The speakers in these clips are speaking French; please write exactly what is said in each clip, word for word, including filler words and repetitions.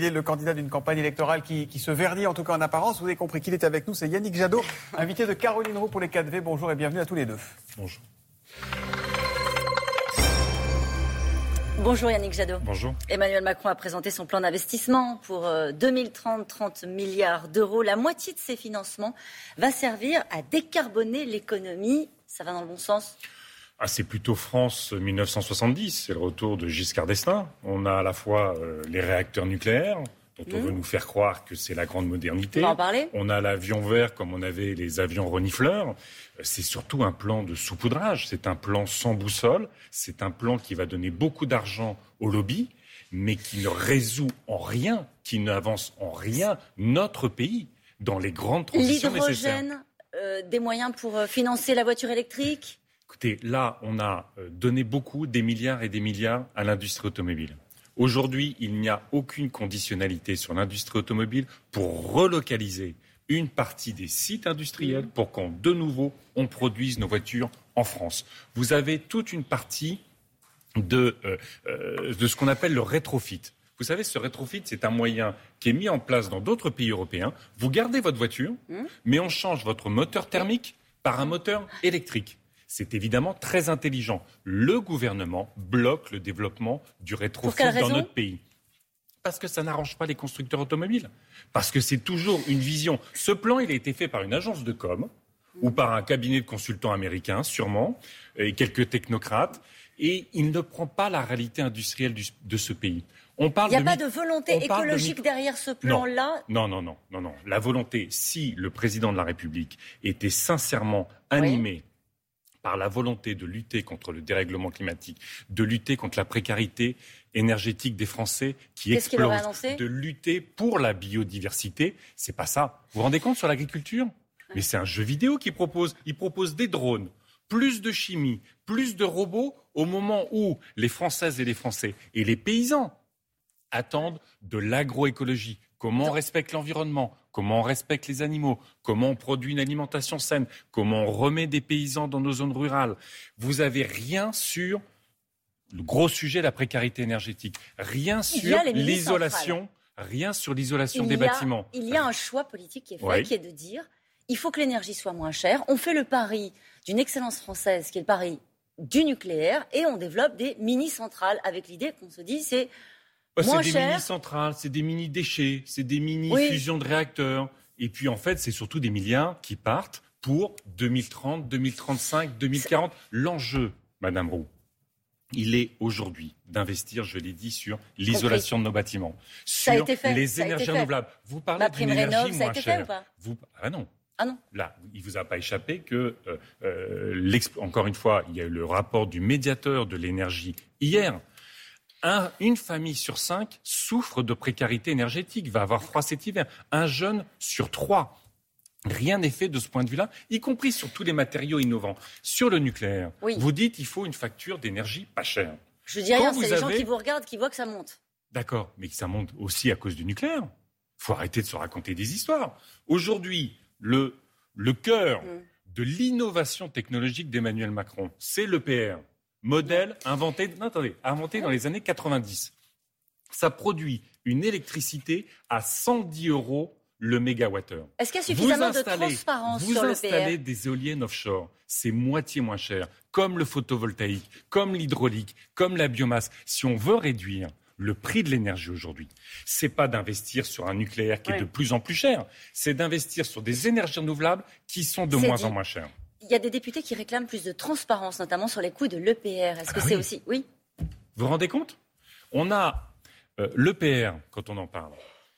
est le candidat d'une campagne électorale qui, qui se verdit, en tout cas en apparence. Vous avez compris qu'il est avec nous, c'est Yannick Jadot, invité de Caroline Roux pour les quatre V. Bonjour et bienvenue à tous les deux. Bonjour. Bonjour Yannick Jadot. Bonjour. Emmanuel Macron a présenté son plan d'investissement pour deux mille trente, trente milliards d'euros. La moitié de ces financements va servir à décarboner l'économie. Ça va dans le bon sens ? Ah, c'est plutôt France dix-neuf cent soixante-dix, c'est le retour de Giscard d'Estaing. On a à la fois euh, les réacteurs nucléaires, dont on mmh. veut nous faire croire que c'est la grande modernité. On va en parler. On a l'avion vert comme on avait les avions renifleurs. C'est surtout un plan de saupoudrage, c'est un plan sans boussole, c'est un plan qui va donner beaucoup d'argent au lobby, mais qui ne résout en rien, qui n'avance en rien notre pays dans les grandes transitions nécessaires. L'hydrogène, euh, des moyens pour euh, financer la voiture électrique ? Écoutez, là, on a donné beaucoup, des milliards et des milliards à l'industrie automobile. Aujourd'hui, il n'y a aucune conditionnalité sur l'industrie automobile pour relocaliser une partie des sites industriels pour qu'en de nouveau, on produise nos voitures en France. Vous avez toute une partie de, euh, euh, de ce qu'on appelle le rétrofit. Vous savez, ce rétrofit, c'est un moyen qui est mis en place dans d'autres pays européens. Vous gardez votre voiture, mmh. mais on change votre moteur thermique par un moteur électrique. C'est évidemment très intelligent. Le gouvernement bloque le développement du rétrofit dans notre pays. Parce que ça n'arrange pas les constructeurs automobiles. Parce que c'est toujours une vision. Ce plan, il a été fait par une agence de com ou par un cabinet de consultants américains, sûrement, et quelques technocrates. Et il ne prend pas la réalité industrielle du, de ce pays. On parle il n'y a de pas de volonté écologique de... derrière ce plan-là. Non, non, non, non, non. La volonté, si le président de la République était sincèrement animé... Oui. par la volonté de lutter contre le dérèglement climatique, de lutter contre la précarité énergétique des Français qui Qu'est-ce explose, qu'il aurait annoncé ? De lutter pour la biodiversité, c'est pas ça. Vous vous rendez compte sur l'agriculture ? Mais c'est un jeu vidéo qu'il propose. Il propose des drones, plus de chimie, plus de robots au moment où les Françaises et les Français et les paysans attendent de l'agroécologie. Comment on respecte l'environnement, comment on respecte les animaux, comment on produit une alimentation saine, comment on remet des paysans dans nos zones rurales. Vous n'avez rien sur le gros sujet, la précarité énergétique. Rien sur l'isolation, rien sur l'isolation il des a, bâtiments. Il y a un choix politique qui est fait, oui. qui est de dire il faut que l'énergie soit moins chère. On fait le pari d'une excellence française, qui est le pari du nucléaire, et on développe des mini-centrales avec l'idée qu'on se dit c'est... Oh, moins c'est des cher. mini-centrales, c'est des mini-déchets, c'est des mini-fusions oui. de réacteurs. Et puis, en fait, c'est surtout des milliards qui partent pour deux mille trente, deux mille trente-cinq, deux mille quarante. L'enjeu, Madame Roux, il est aujourd'hui d'investir, je l'ai dit, sur l'isolation de nos bâtiments, ça sur a été fait. les ça énergies renouvelables. Vous parlez La d'une prime énergie rénov, moins ça a été chère. fait ou pas Vous... Ah non. Ah non. Là, il ne vous a pas échappé que, euh, euh, encore une fois, il y a eu le rapport du médiateur de l'énergie hier. Un, une famille sur cinq souffre de précarité énergétique, va avoir froid cet hiver. Un jeune sur trois. Rien n'est fait de ce point de vue-là, y compris sur tous les matériaux innovants. Sur le nucléaire, oui. vous dites qu'il faut une facture d'énergie pas chère. Je dis rien, Quand c'est les avez... gens qui vous regardent, qui voient que ça monte. D'accord, mais que ça monte aussi à cause du nucléaire. Il faut arrêter de se raconter des histoires. Aujourd'hui, le, le cœur mmh. de l'innovation technologique d'Emmanuel Macron, c'est l'E P R. Modèle inventé, non, attendez, inventé dans les années quatre-vingt-dix. Ça produit une électricité à cent dix euros le mégawattheure. Est-ce qu'il y a suffisamment de transparence sur le P R ? Vous installez des éoliennes offshore, c'est moitié moins cher, comme le photovoltaïque, comme l'hydraulique, comme la biomasse. Si on veut réduire le prix de l'énergie aujourd'hui, c'est pas d'investir sur un nucléaire qui oui. est de plus en plus cher, c'est d'investir sur des énergies renouvelables qui sont de c'est moins dit. en moins chères. Il y a des députés qui réclament plus de transparence, notamment sur les coûts de l'E P R. Est-ce que ah c'est oui. aussi... Oui. Vous vous rendez compte ? On a euh, l'E P R, quand on en parle.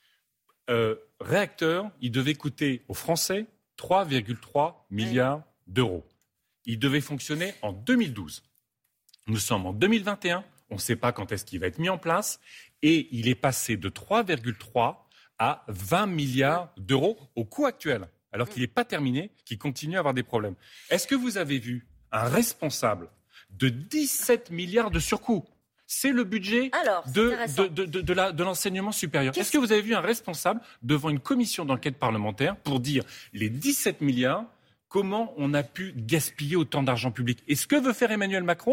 Euh, réacteur, il devait coûter aux Français trois virgule trois milliards oui. d'euros. Il devait fonctionner en deux mille douze. Nous sommes en deux mille vingt et un. On ne sait pas quand est-ce qu'il va être mis en place. Et il est passé de trois virgule trois à vingt milliards d'euros au coût actuel. Alors qu'il n'est pas terminé, qu'il continue à avoir des problèmes. Est-ce que vous avez vu un responsable de dix-sept milliards de surcoût ? C'est le budget Alors, de, de, de, de, de, la, de l'enseignement supérieur. Qu'est-ce... Est-ce que vous avez vu un responsable devant une commission d'enquête parlementaire pour dire les dix-sept milliards, comment on a pu gaspiller autant d'argent public ? Et ce que veut faire Emmanuel Macron,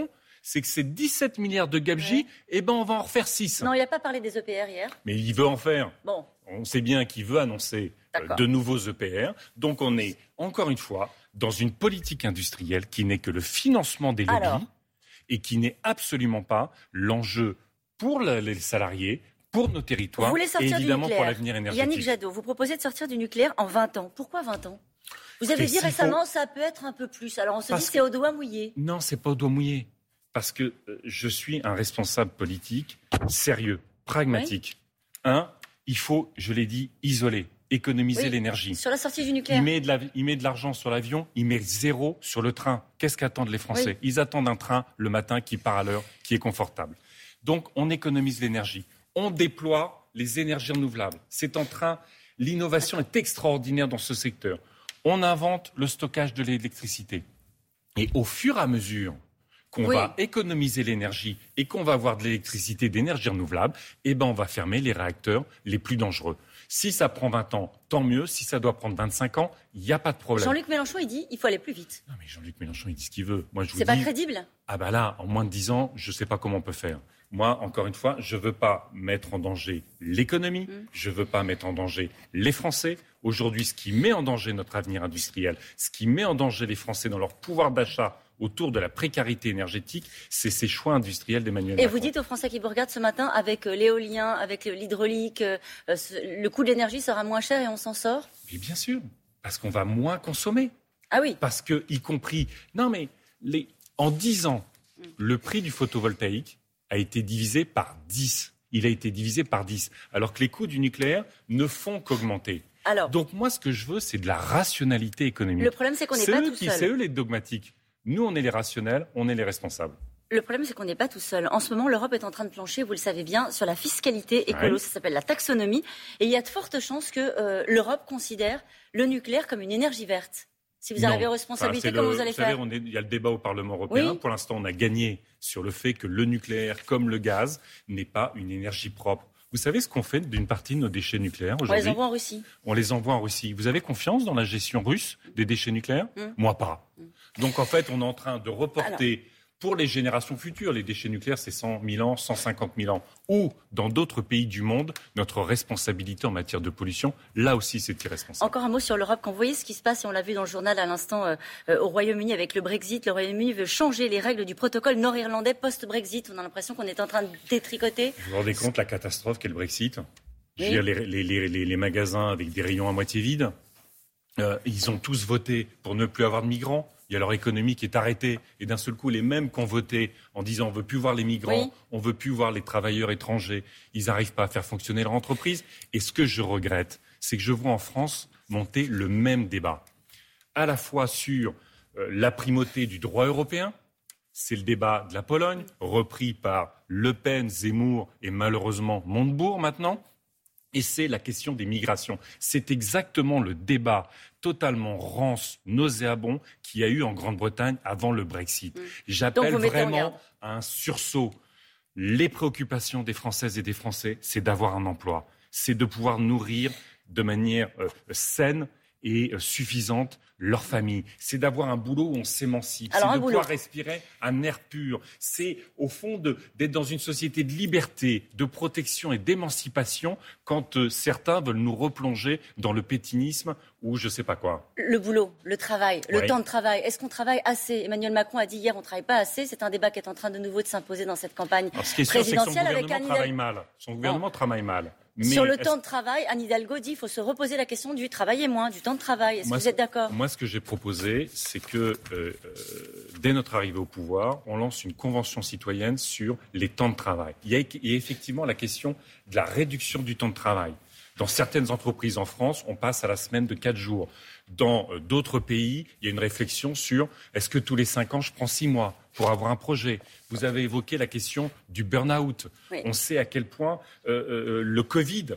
c'est que ces dix-sept milliards de gabegie, ouais. eh ben, on va en refaire six. Non, il n'a pas parlé des E P R hier. Mais il veut en faire. Bon. On sait bien qu'il veut annoncer euh, de nouveaux E P R. Donc on est, encore une fois, dans une politique industrielle qui n'est que le financement des lobbies Alors. et qui n'est absolument pas l'enjeu pour la, les salariés, pour nos territoires vous voulez sortir et évidemment du nucléaire. pour l'avenir énergétique. Yannick Jadot, vous proposez de sortir du nucléaire en vingt ans. Pourquoi vingt ans ? Vous avez dit récemment faut... ça peut être un peu plus. Alors on se Parce dit que... c'est au doigt mouillé. Non, c'est pas au doigt mouillé. Parce que euh, je suis un responsable politique sérieux, pragmatique. Oui. Un, il faut, je l'ai dit, isoler, économiser oui. l'énergie. Sur la sortie du nucléaire. Il met de, la... il met de l'argent sur l'avion, il met zéro sur le train. Qu'est-ce qu'attendent les Français ? oui. Ils attendent un train le matin qui part à l'heure, qui est confortable. Donc on économise l'énergie. On déploie les énergies renouvelables. C'est en train, l'innovation est extraordinaire dans ce secteur. On invente le stockage de l'électricité. Et au fur et à mesure qu'on oui. va économiser l'énergie et qu'on va avoir de l'électricité, d'énergie renouvelable, eh ben on va fermer les réacteurs les plus dangereux. Si ça prend vingt ans, tant mieux. Si ça doit prendre vingt-cinq ans, il n'y a pas de problème. Jean-Luc Mélenchon, il dit il faut aller plus vite. Non mais Jean-Luc Mélenchon, il dit ce qu'il veut. Moi, je vous C'est dis, pas crédible. Ah ben là, en moins de dix ans, je ne sais pas comment on peut faire. Moi, encore une fois, je ne veux pas mettre en danger l'économie, mmh. je ne veux pas mettre en danger les Français. Aujourd'hui, ce qui met en danger notre avenir industriel, ce qui met en danger les Français dans leur pouvoir d'achat autour de la précarité énergétique, c'est ces choix industriels d'Emmanuel Macron. Et vous dites aux Français qui vous regardent ce matin, avec l'éolien, avec l'hydraulique, euh, le coût de l'énergie sera moins cher et on s'en sort ? Mais bien sûr, parce qu'on va moins consommer. Ah oui. Parce que, y compris... Non mais, les... en dix ans, mmh. le prix du photovoltaïque a été divisé par dix. Il a été divisé par dix. Alors que les coûts du nucléaire ne font qu'augmenter. Alors, donc moi, ce que je veux, c'est de la rationalité économique. Le problème, c'est qu'on n'est pas tout qui, seul. C'est eux les dogmatiques. Nous, on est les rationnels, on est les responsables. Le problème, c'est qu'on n'est pas tout seul. En ce moment, l'Europe est en train de plancher, vous le savez bien, sur la fiscalité écolo. Ouais. Ça s'appelle la taxonomie. Et il y a de fortes chances que euh, l'Europe considère le nucléaire comme une énergie verte. Si vous arrivez aux responsabilités, enfin, comment le, vous allez vous faire savez, on est, il y a le débat au Parlement européen. Oui. Pour l'instant, on a gagné sur le fait que le nucléaire, comme le gaz, n'est pas une énergie propre. Vous savez ce qu'on fait d'une partie de nos déchets nucléaires aujourd'hui ? On les envoie en Russie. On les envoie en Russie. Vous avez confiance dans la gestion russe des déchets nucléaires ? mmh. Moi, pas. Mmh. Donc, en fait, on est en train de reporter... Alors... Pour les générations futures, les déchets nucléaires, c'est cent mille ans, cent cinquante mille ans. Ou, dans d'autres pays du monde, notre responsabilité en matière de pollution, là aussi, c'est irresponsable. Encore un mot sur l'Europe. Quand vous voyez ce qui se passe, et on l'a vu dans le journal à l'instant, euh, euh, au Royaume-Uni avec le Brexit, le Royaume-Uni veut changer les règles du protocole nord-irlandais post-Brexit. On a l'impression qu'on est en train de détricoter. Vous vous rendez compte la catastrophe qu'est le Brexit ? Je veux dire, les, les, les, les, les magasins avec des rayons à moitié vides, euh, ils ont tous voté pour ne plus avoir de migrants. Il y a leur économie qui est arrêtée. Et d'un seul coup, les mêmes qui ont voté en disant on ne veut plus voir les migrants, oui. on ne veut plus voir les travailleurs étrangers, ils n'arrivent pas à faire fonctionner leur entreprise. Et ce que je regrette, c'est que je vois en France monter le même débat. À la fois sur euh, la primauté du droit européen, c'est le débat de la Pologne, repris par Le Pen, Zemmour et malheureusement Montebourg maintenant. Et c'est la question des migrations. C'est exactement le débat totalement rance, nauséabond qu'il y a eu en Grande-Bretagne avant le Brexit. Mmh. J'appelle vraiment à un sursaut. Les préoccupations des Françaises et des Français, c'est d'avoir un emploi. C'est de pouvoir nourrir de manière euh, saine et euh, suffisante leur famille. C'est d'avoir un boulot où on s'émancipe. Alors, c'est de pouvoir respirer un air pur. C'est, au fond, de, d'être dans une société de liberté, de protection et d'émancipation quand euh, certains veulent nous replonger dans le pétinisme ou je ne sais pas quoi. Le boulot, le travail, le oui. temps de travail. Est-ce qu'on travaille assez ? Emmanuel Macron a dit hier on ne travaille pas assez. C'est un débat qui est en train de nouveau de s'imposer dans cette campagne Alors, ce qui est sûr, présidentielle. C'est que son gouvernement avec travaille mal. Son gouvernement bon. travaille mal. Mais Sur le temps de travail, Anne Hidalgo dit qu'il faut se reposer la question du travailler moins, du temps de travail. Est-ce moi, que vous êtes d'accord ? Moi, ce que j'ai proposé, c'est que euh, euh, dès notre arrivée au pouvoir, on lance une convention citoyenne sur les temps de travail. Il y a, il y a effectivement la question de la réduction du temps de travail. Dans certaines entreprises en France, on passe à la semaine de quatre jours. Dans euh, d'autres pays, il y a une réflexion sur est-ce que tous les cinq ans, je prends six mois pour avoir un projet. Vous avez évoqué la question du burn-out. Oui. On sait à quel point euh, euh, le Covid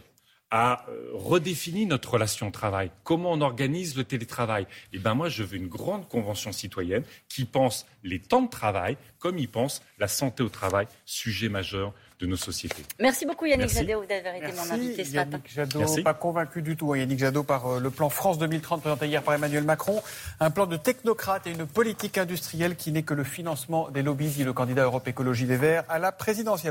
a euh, redéfini notre relation au travail. Comment on organise le télétravail? Eh ben moi, je veux une grande convention citoyenne qui pense les temps de travail comme il pense la santé au travail, sujet majeur de nos sociétés. Merci beaucoup Yannick Merci. Jadot d'avoir été Merci, mon invité ce Yannick matin. Jadot, Merci. pas convaincu du tout, hein, Yannick Jadot, par euh, le plan France deux mille trente présenté hier par Emmanuel Macron. Un plan de technocrate et une politique industrielle qui n'est que le financement des lobbies, dit le candidat Europe Écologie Les Verts à la présidentielle.